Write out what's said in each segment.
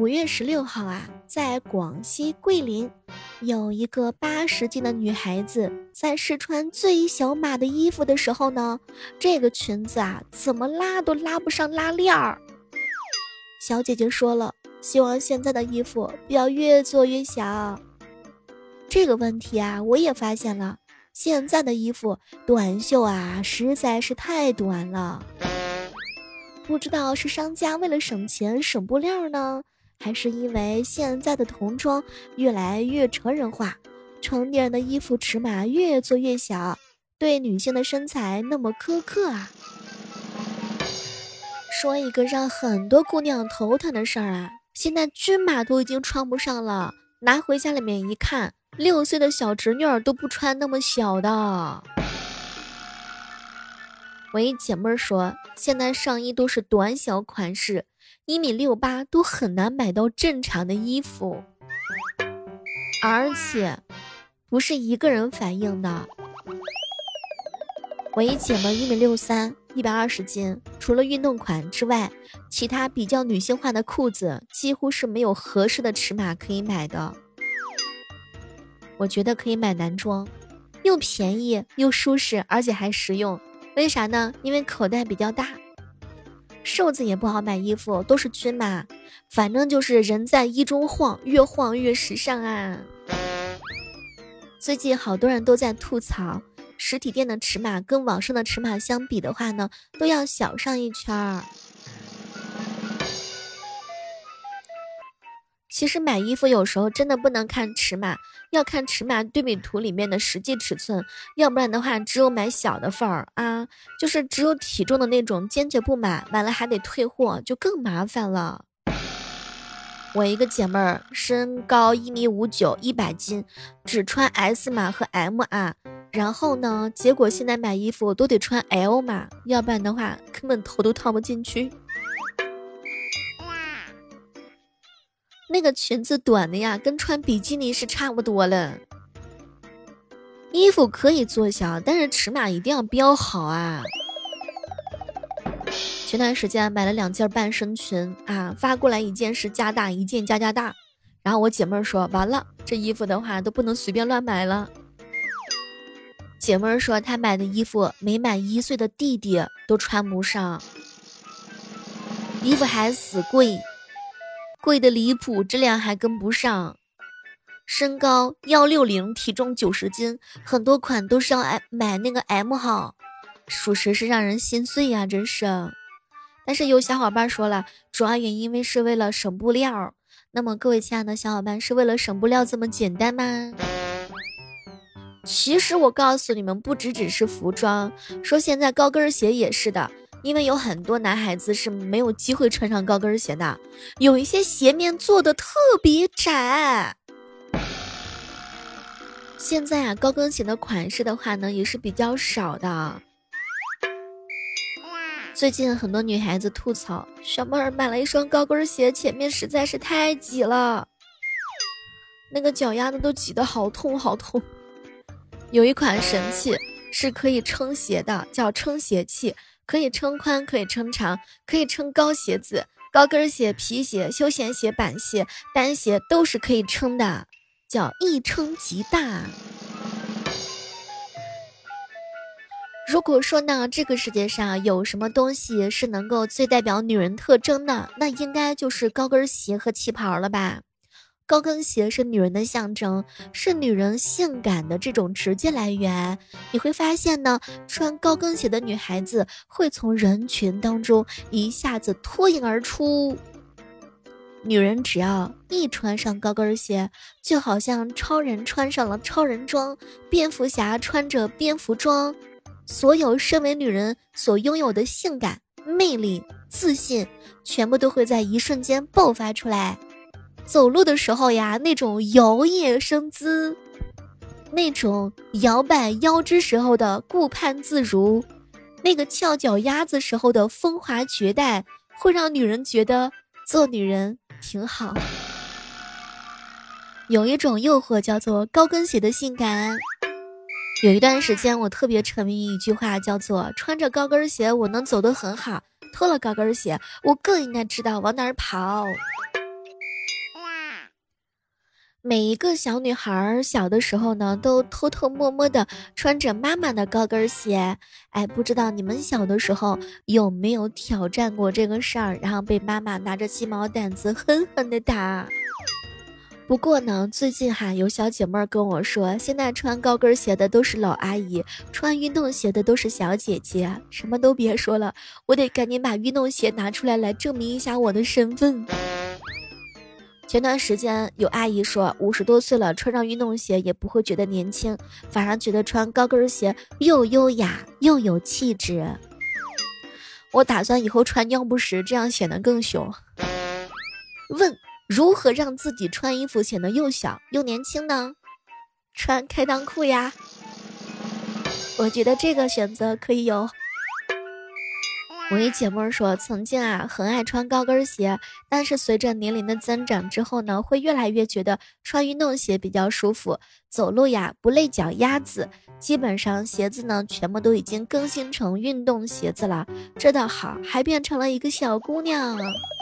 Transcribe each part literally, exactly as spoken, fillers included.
五月十六号啊，在广西桂林，有一个八十斤的女孩子在试穿最小码的衣服的时候呢，这个裙子啊，怎么拉都拉不上拉链儿。小姐姐说了，希望现在的衣服不要越做越小。这个问题啊，我也发现了，现在的衣服短袖啊，实在是太短了。不知道是商家为了省钱省布料呢，还是因为现在的童装越来越成人化，成年人的衣服尺码越做越小，对女性的身材那么苛刻啊。说一个让很多姑娘头疼的事儿啊，现在均码都已经穿不上了，拿回家里面一看，六岁的小侄女儿都不穿那么小的。我一姐妹说，现在上衣都是短小款式，一米六八都很难买到正常的衣服，而且不是一个人反映的。我一姐妹一米六三，一百二十斤，除了运动款之外，其他比较女性化的裤子几乎是没有合适的尺码可以买的。我觉得可以买男装，又便宜又舒适，而且还实用。为啥呢？因为口袋比较大。瘦子也不好买衣服，都是均码，反正就是人在衣中晃，越晃越时尚啊。最近好多人都在吐槽，实体店的尺码跟网上的尺码相比的话呢，都要小上一圈儿。其实买衣服有时候真的不能看尺码，要看尺码对比图里面的实际尺寸，要不然的话只有买小的份儿啊，就是只有体重的那种坚决不买，买了还得退货，就更麻烦了。我一个姐妹儿身高一米五九，一百斤，只穿 S 码和 M 码，然后呢，结果现在买衣服都得穿 L 码，要不然的话根本头都套不进去。那个裙子短的呀，跟穿比基尼是差不多了。衣服可以做小，但是尺码一定要标好啊。前段时间买了两件半身裙啊，发过来一件是加大，一件加加大。然后我姐妹说，完了，这衣服的话都不能随便乱买了。姐妹说她买的衣服没满一岁的弟弟都穿不上，衣服还死贵。贵的离谱，质量还跟不上。身高一六零，体重九十斤，很多款都是要买那个 M 号，属实是让人心碎呀、啊，真是。但是有小伙伴说了，主要原因为是为了省布料。那么各位亲爱的小伙伴，是为了省布料这么简单吗？其实我告诉你们，不只只是服装，说现在高跟鞋也是的。因为有很多男孩子是没有机会穿上高跟鞋的，有一些鞋面做的特别窄。现在啊，高跟鞋的款式的话呢，也是比较少的。最近很多女孩子吐槽，小妹儿买了一双高跟鞋，前面实在是太挤了，那个脚丫子都挤得好痛好痛。有一款神器是可以撑鞋的，叫撑鞋器。可以撑宽，可以撑长，可以撑高鞋子、高跟鞋、皮鞋、休闲鞋、板鞋、单鞋都是可以撑的，叫一撑即大。如果说呢，这个世界上有什么东西是能够最代表女人特征的，那应该就是高跟鞋和旗袍了吧。高跟鞋是女人的象征，是女人性感的这种直接来源。你会发现呢，穿高跟鞋的女孩子会从人群当中一下子脱颖而出。女人只要一穿上高跟鞋，就好像超人穿上了超人装，蝙蝠侠穿着蝙蝠装，所有身为女人所拥有的性感、魅力、自信，全部都会在一瞬间爆发出来。走路的时候呀，那种摇曳生姿，那种摇摆腰肢时候的顾盼自如，那个翘脚丫子时候的风华绝代，会让女人觉得做女人挺好。有一种诱惑叫做高跟鞋的性感。有一段时间我特别沉迷于一句话，叫做穿着高跟鞋我能走得很好，脱了高跟鞋我更应该知道往哪儿跑。 每一个小女孩小的时候呢，都偷偷摸摸的穿着妈妈的高跟鞋。哎，不知道你们小的时候有没有挑战过这个事儿，然后被妈妈拿着鸡毛掸子狠狠的打。不过呢，最近哈有小姐妹儿跟我说，现在穿高跟鞋的都是老阿姨，穿运动鞋的都是小姐姐。什么都别说了，我得赶紧把运动鞋拿出来，来证明一下我的身份。前段时间有阿姨说，五十多岁了穿上运动鞋也不会觉得年轻，反而觉得穿高跟鞋又优雅又有气质。我打算以后穿尿不湿，这样显得更凶。问如何让自己穿衣服显得又小又年轻呢？穿开裆裤呀。我觉得这个选择可以有。我一姐妹说，曾经啊很爱穿高跟鞋，但是随着年龄的增长之后呢，会越来越觉得穿运动鞋比较舒服，走路呀不累脚丫子，基本上鞋子呢全部都已经更新成运动鞋子了，这倒好，还变成了一个小姑娘。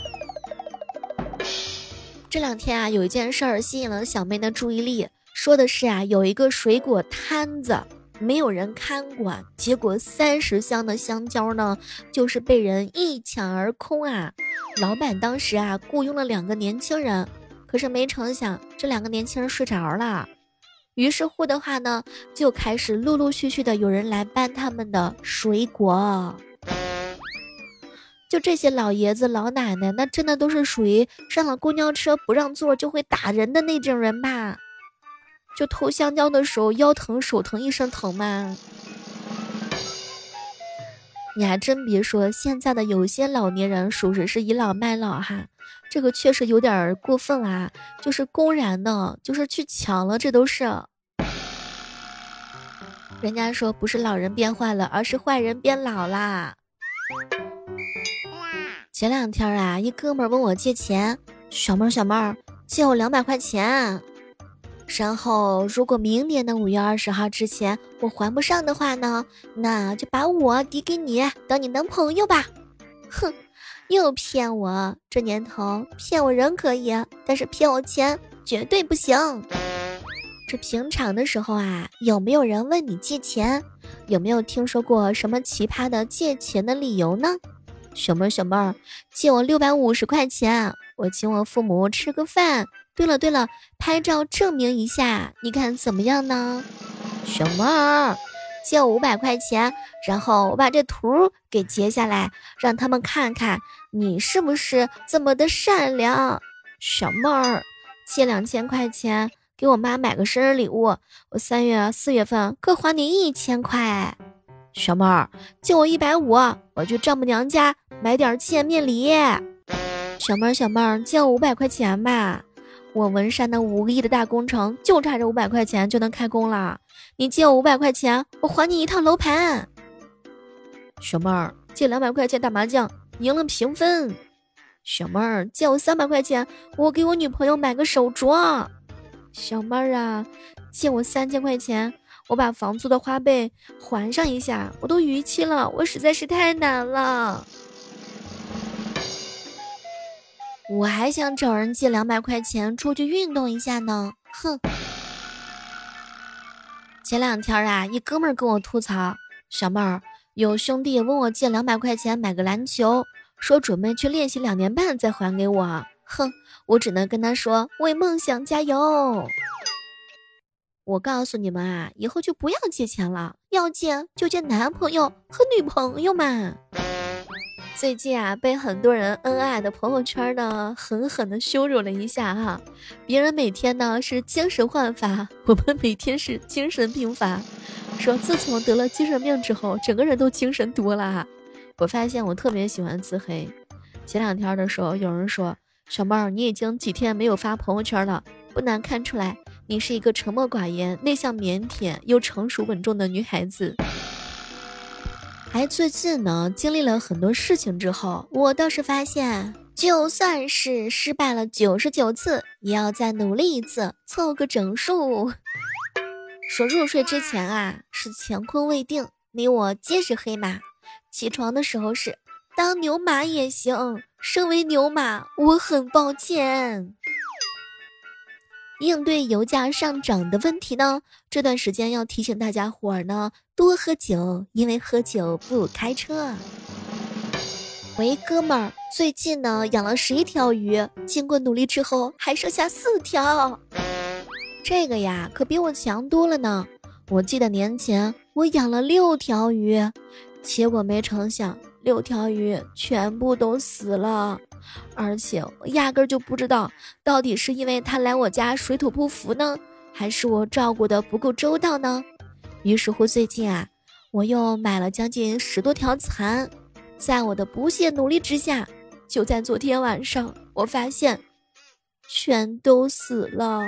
这两天啊有一件事儿吸引了小妹的注意力，说的是啊有一个水果摊子没有人看管，结果三十箱的香蕉呢，就是被人一抢而空啊！老板当时啊，雇佣了两个年轻人，可是没成想这两个年轻人睡着了。于是乎的话呢，就开始陆陆续续的有人来搬他们的水果。就这些老爷子老奶奶，那真的都是属于上了公交车不让座就会打人的那种人吧？就偷香蕉的时候腰疼手疼一身疼吗？你还真别说，现在的有些老年人属实是倚老卖老哈，这个确实有点过分啊，就是公然的就是去抢了，这都是人家说不是老人变坏了，而是坏人变老啦。前两天啊一哥们问我借钱，小妹儿小妹儿借我两百块钱，然后如果明年的五月二十号之前我还不上的话呢，那就把我抵给你当你男朋友吧。哼，又骗我，这年头骗我人可以，但是骗我钱绝对不行。这平常的时候啊，有没有人问你借钱？有没有听说过什么奇葩的借钱的理由呢？小妹儿小妹儿借我六百五十块钱，我请我父母吃个饭，对了对了，拍照证明一下，你看怎么样呢？小妹儿借我五百块钱，然后我把这图给截下来，让他们看看你是不是这么的善良。小妹儿借两千块钱给我妈买个生日礼物，我三月四月份各还你一千块。小妹儿借我一百五，我去丈母娘家买点见面礼。小妹儿小妹儿借我五百块钱吧，我文山的五个亿的大工程就差这五百块钱就能开工了，你借我五百块钱，我还你一套楼盘。小妹儿借两百块钱打麻将赢了平分。小妹儿借我三百块钱，我给我女朋友买个手镯。小妹儿啊借我三千块钱，我把房租的花呗还上一下，我都逾期了，我实在是太难了。我还想找人借两百块钱出去运动一下呢，哼。前两天啊，一哥们儿跟我吐槽，小妹儿有兄弟问我借两百块钱买个篮球，说准备去练习两年半再还给我，哼，我只能跟他说为梦想加油。我告诉你们啊，以后就不要借钱了，要借就借男朋友和女朋友嘛。最近啊，被很多人恩爱的朋友圈呢，狠狠的羞辱了一下哈。别人每天呢是精神焕发，我们每天是精神病发。说自从得了精神病之后，整个人都精神多了哈。我发现我特别喜欢自黑。前两天的时候，有人说小妹儿，你已经几天没有发朋友圈了，不难看出来，你是一个沉默寡言、内向腼腆又成熟稳重的女孩子。还最近呢，经历了很多事情之后，我倒是发现，就算是失败了九十九次，也要再努力一次，凑个整数。说入睡之前啊，是乾坤未定，你我皆是黑马；起床的时候是当牛马也行，身为牛马，我很抱歉。 应对油价上涨的问题呢，这段时间要提醒大家伙儿呢，多喝酒，因为喝酒不开车。喂，哥们儿，最近呢养了十一条鱼，经过努力之后还剩下四条。这个呀，可比我强多了呢。我记得年前我养了六条鱼，结果没成想六条鱼全部都死了，而且我压根就不知道到底是因为它来我家水土不服呢，还是我照顾的不够周到呢。于是乎最近啊，我又买了将近十多条蚕，在我的不懈努力之下，就在昨天晚上，我发现全都死了。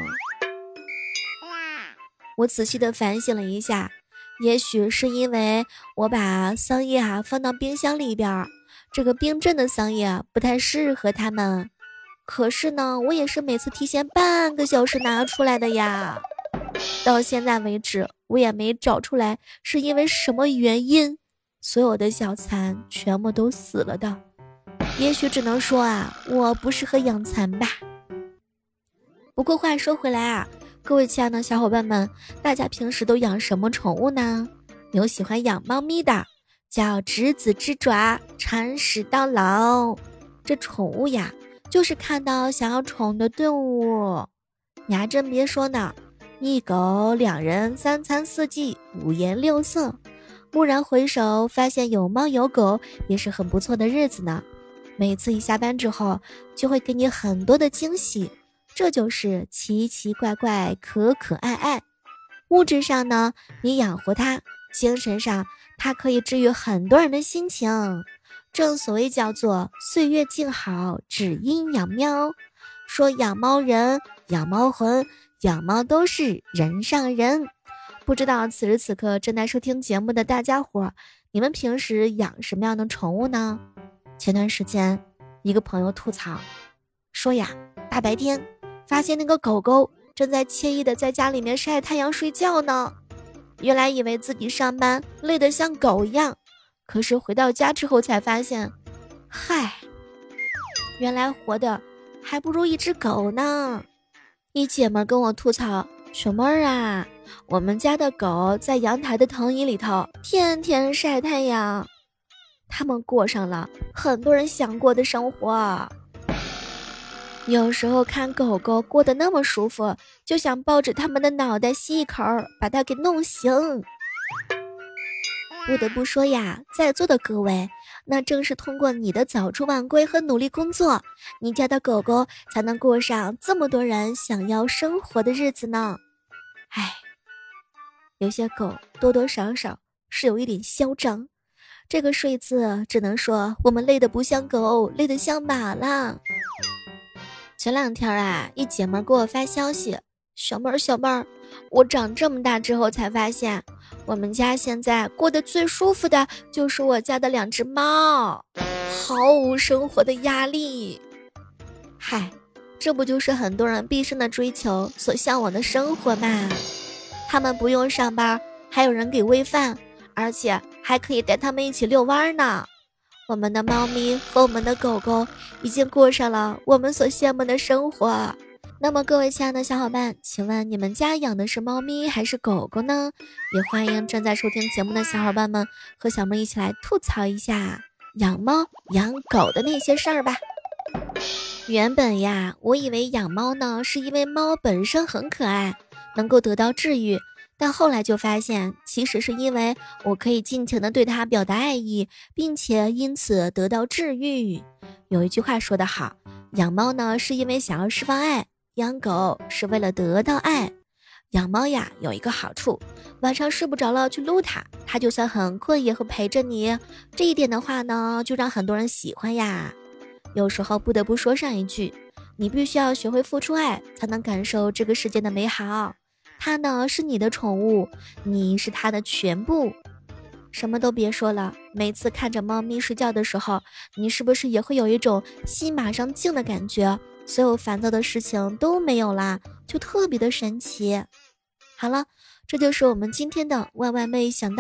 我仔细的反省了一下，也许是因为我把桑叶啊放到冰箱里边，这个冰镇的桑叶啊不太适合它们。可是呢，我也是每次提前半个小时拿出来的呀。到现在为止，我也没找出来是因为什么原因，所有的小蚕全部都死了的。也许只能说啊，我不适合养蚕吧。不过话说回来啊，各位亲爱的小伙伴们，大家平时都养什么宠物呢？有喜欢养猫咪的，叫执子之爪，铲屎到老。这宠物呀，就是看到想要宠的动物。你还真别说呢，一狗两人三餐四季五颜六色，蓦然回首发现有猫有狗也是很不错的日子呢。每次一下班之后就会给你很多的惊喜，这就是奇奇怪怪可可爱爱。物质上呢，你养活它，精神上它可以治愈很多人的心情。正所谓叫做岁月静好，只因养喵。说养猫人，养猫魂，养猫都是人上人。不知道此时此刻正在收听节目的大家伙，你们平时养什么样的宠物呢？前段时间一个朋友吐槽说呀，大白天发现那个狗狗正在惬意的在家里面晒太阳睡觉呢。原来以为自己上班累得像狗一样，可是回到家之后才发现，嗨，原来活的还不如一只狗呢。一姐们跟我吐槽，小妹儿啊，我们家的狗在阳台的藤椅里头天天晒太阳，他们过上了很多人想过的生活。有时候看狗狗过得那么舒服，就想抱着它们的脑袋吸一口，把它给弄醒。不得不说呀，在座的各位，那正是通过你的早出晚归和努力工作，你家的狗狗才能过上这么多人想要生活的日子呢。唉，有些狗多多少少是有一点嚣张，这个睡字只能说我们累得不像狗，累得像马啦。前两天啊，一姐妹给我发消息，小妹儿小妹儿，我长这么大之后才发现，我们家现在过得最舒服的就是我家的两只猫，毫无生活的压力。嗨，这不就是很多人毕生的追求所向往的生活吗？他们不用上班，还有人给喂饭，而且还可以带他们一起遛弯呢。我们的猫咪和我们的狗狗已经过上了我们所羡慕的生活。那么各位亲爱的小伙伴，请问你们家养的是猫咪还是狗狗呢？也欢迎正在收听节目的小伙伴们和小妹一起来吐槽一下养猫养狗的那些事儿吧。原本呀，我以为养猫呢是因为猫本身很可爱，能够得到治愈，但后来就发现其实是因为我可以尽情的对它表达爱意，并且因此得到治愈。有一句话说得好，养猫呢是因为想要释放爱，养狗是为了得到爱。养猫呀有一个好处，晚上睡不着了去撸它，它就算很困也会陪着你，这一点的话呢就让很多人喜欢呀。有时候不得不说上一句，你必须要学会付出爱，才能感受这个世界的美好。它呢是你的宠物，你是它的全部。什么都别说了，每次看着猫咪睡觉的时候，你是不是也会有一种心马上静的感觉，所有烦躁的事情都没有啦，就特别的神奇。好了，这就是我们今天的万万没想到，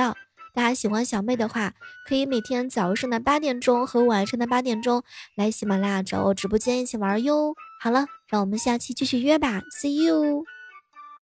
大家喜欢小妹的话，可以每天早上的八点钟和晚上的八点钟来喜马拉雅找我直播间一起玩哟。好了，让我们下期继续约吧 ，See you。